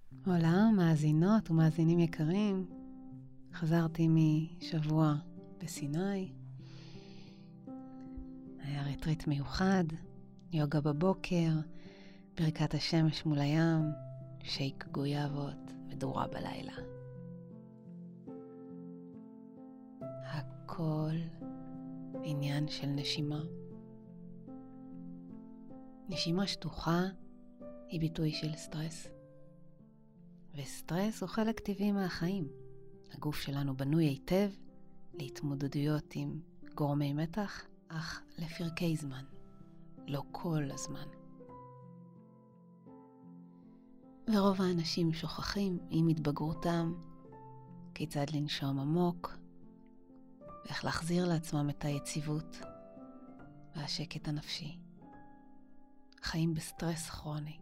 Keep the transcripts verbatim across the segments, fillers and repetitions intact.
עולם, מאזינות ומאזינים יקרים, חזרתי משבוע בסיני. היה ריטריט מיוחד, יוגה בבוקר, ברכת השמש מול הים, שייק גויאבות ודורה בלילה. הכל עניין של נשימה. נשימה שטוחה היא ביטוי של סטרס. וסטרס הוא חלק טבעי מהחיים. הגוף שלנו בנוי היטב להתמודדויות עם גורמי מתח, אך לפרקי זמן, לא כל הזמן. ורוב האנשים שוכחים עם התבגרותם כיצד לנשום עמוק, ואיך להחזיר לעצמם את היציבות והשקט הנפשי. חיים בסטרס כרוני.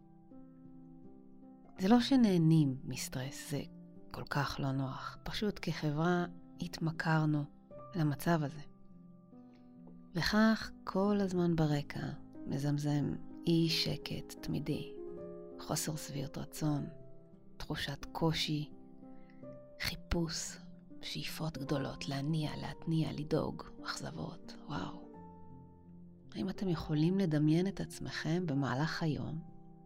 זה לא שנהנים מסטרס, זה כל כך לא נוח. פשוט כחברה התמכרנו למצב הזה. וכך כל הזמן ברקע מזמזם אי שקט תמידי, חוסר שביעות רצון, תחושת קושי, חיפוש, שאיפות גדולות, להניע, להתניע, לדאוג, אכזבות, וואו. האם אתם יכולים לדמיין את עצמכם במהלך היום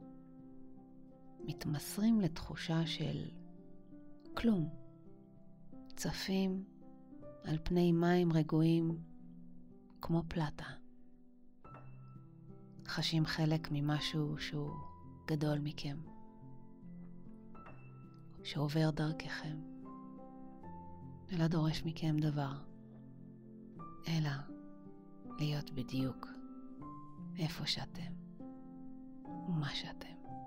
מתמסרים לתחושה של כלום, צפים על פני מים רגועים כמו פלטה, חשים חלק ממשהו שהוא גדול מכם, שעובר דרככם, ולא דורש מכם דבר, אלא להיות בדיוק איפה שאתם ומה שאתם.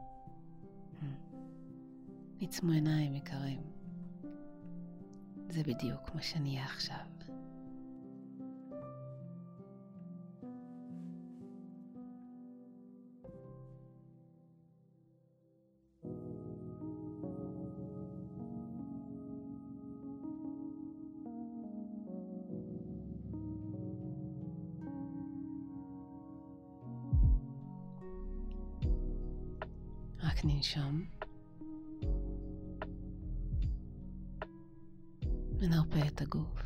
עצמו עיניים יקרים, זה בדיוק מה שאני אהיה עכשיו. רק ננשום. ונרפא את הגוף.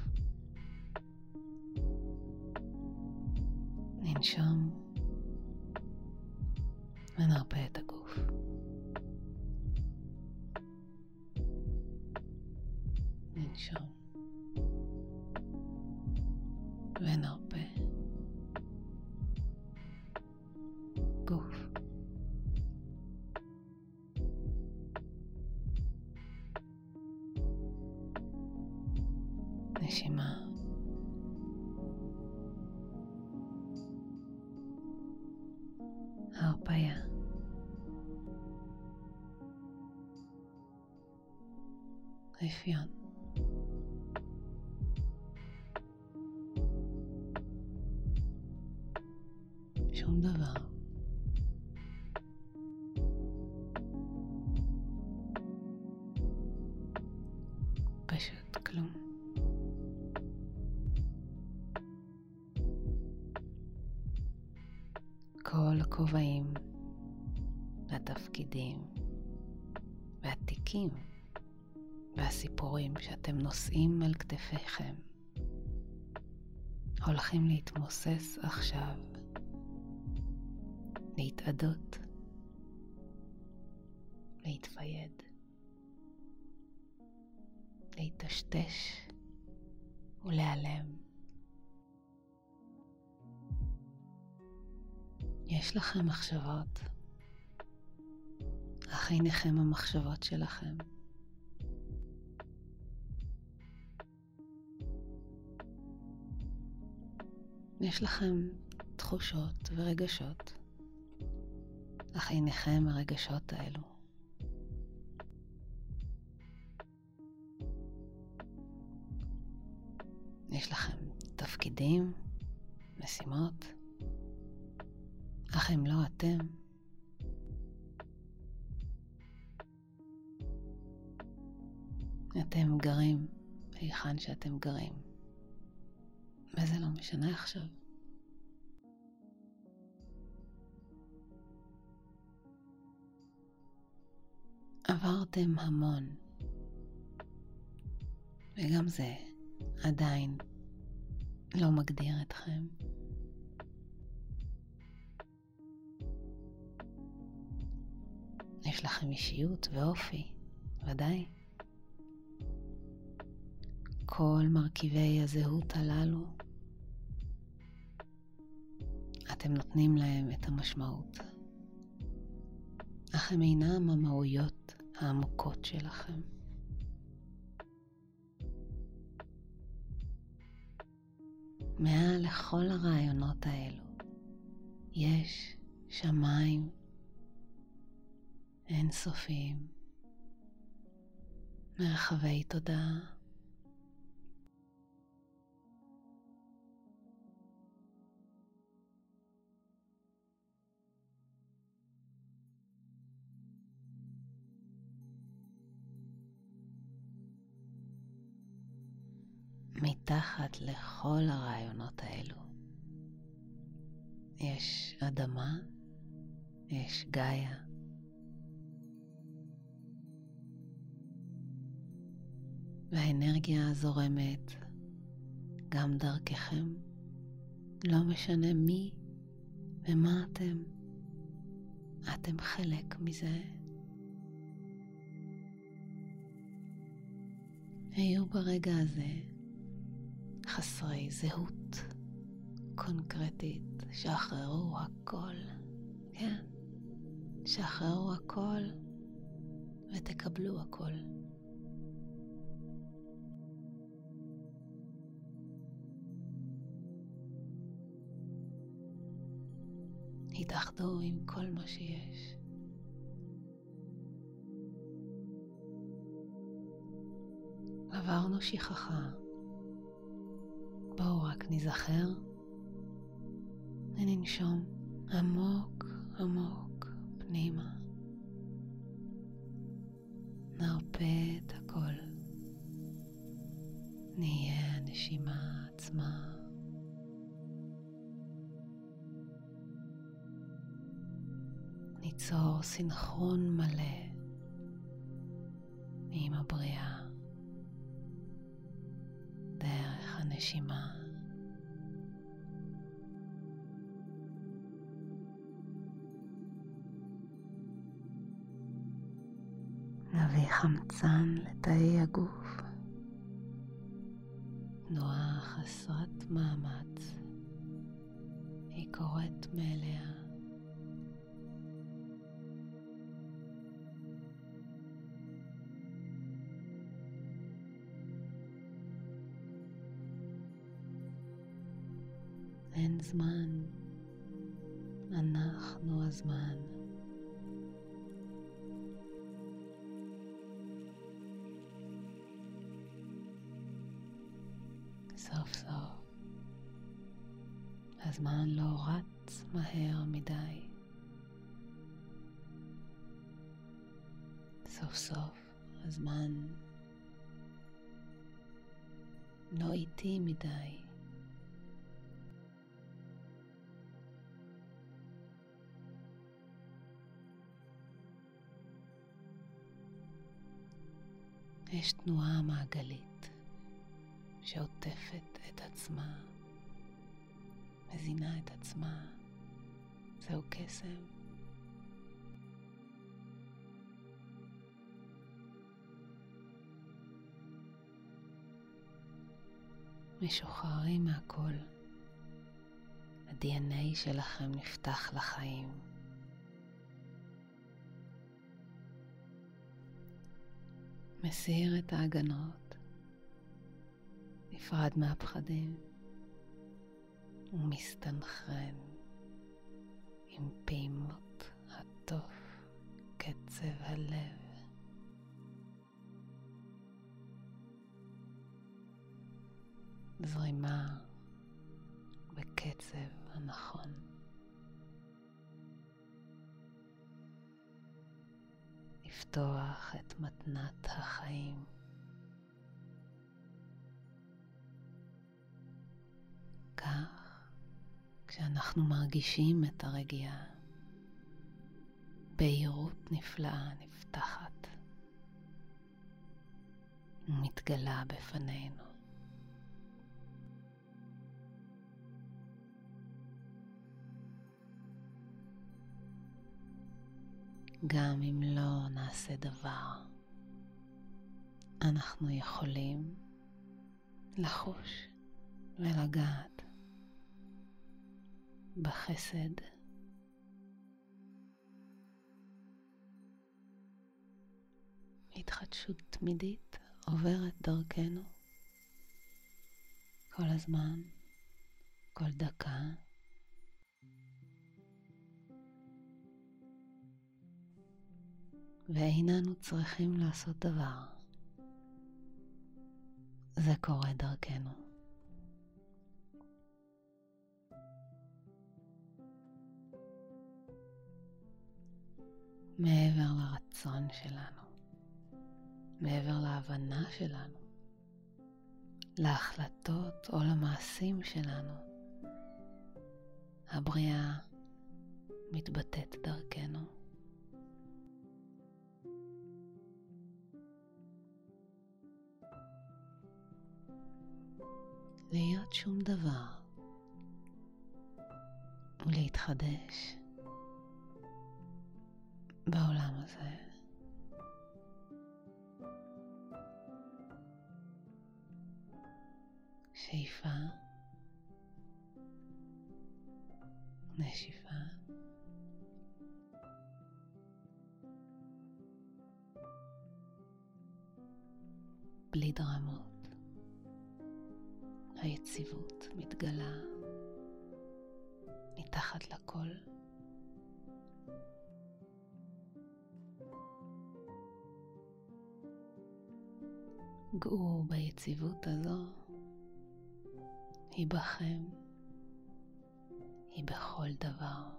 ננשום ונרפא את הגוף. ננשום ונרפא גוף. נשימה. הרפיה. רפיון. שום דבר. פשוט כלום. כל הכובעים והתפקידים והתיקים והסיפורים שאתם נושאים על כתפיכם הולכים להתמוסס עכשיו, להתאדות, להתפייד, להתשתש ולהיעלם. יש לכם מחשבות, אך עיניכם המחשבות שלכם. יש לכם תחושות ורגשות, אך עיניכם הרגשות האלו. יש לכם תפקידים, משימות, אך הם לא אתם. אתם גרים היכן שאתם גרים, וזה לא משנה עכשיו. עבר עברתם המון, וגם זה עדיין לא מגדיר אתכם. יש לכם אישיות ואופי, ודאי. כל מרכיבי הזהות הללו, אתם נותנים להם את המשמעות, אך הם אינם המהויות העמוקות שלכם. מעל לכל הרעיונות האלו יש שמיים אינסופיים, מרחבי תודעה. מתחת לכל הרעיונות האלו יש אדמה, יש גאיה. והאנרגיה זורמת גם דרככם, לא משנה מי ומה אתם, אתם חלק מזה. היו ברגע הזה חסרי זהות קונקרטית, שחררו הכל, כן, שחררו הכל ותקבלו הכל. התאחדו עם כל מה שיש. עברנו שכחה. בואו רק נזכר וננשום עמוק עמוק פנימה. נרפה את הכל. נהיה הנשימה עצמה. ניצור סינכרון מלא עם הבריאה דרך הנשימה. נביא חמצן לתאי הגוף. תנועה חסרת מאמץ, היא קורית מאליה. אין זמן, אנחנו הזמן. סוף סוף, הזמן לא רץ מהר מדי. סוף סוף, הזמן לא איטי מדי. יש תנועה מעגלית שעוטפת את עצמה, מזינה את עצמה. זהו קסם. משוחררים מהכל. ה-די אן איי שלכם נפתח לחיים. מסיר את ההגנות, נפרד מהפחדים ומסתנכרן עם פעימות הטוב, קצב הלב. זרימה בקצב הנכון. לפתוח את מתנת החיים. כך, כשאנחנו מרגישים את הרגיעה, בהירות נפלאה נפתחת מתגלה בפנינו. גם אם לא נעשה דבר, אנחנו יכולים לחוש ולגעת בחסד. התחדשות תמידית עוברת דרכנו כל הזמן, כל דקה. ואיננו צריכים לעשות דבר. זה קורה דרכנו. מעבר לרצון שלנו, מעבר להבנה שלנו, להחלטות או למעשים שלנו, הבריאה מתבטאת דרכנו. להיות שום דבר ולהתחדש בעולם הזה. שאיפה, נשיפה, בלי דרמות. היציבות מתגלה מתחת לכל. גאו ביציבות הזו, היא בכם, היא בכל דבר.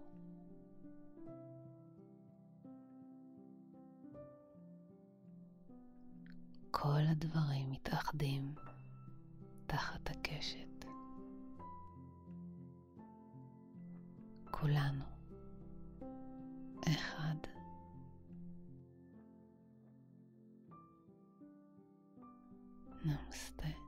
כל הדברים מתאחדים תחת הקשת. כולנו אחד. נמסטה.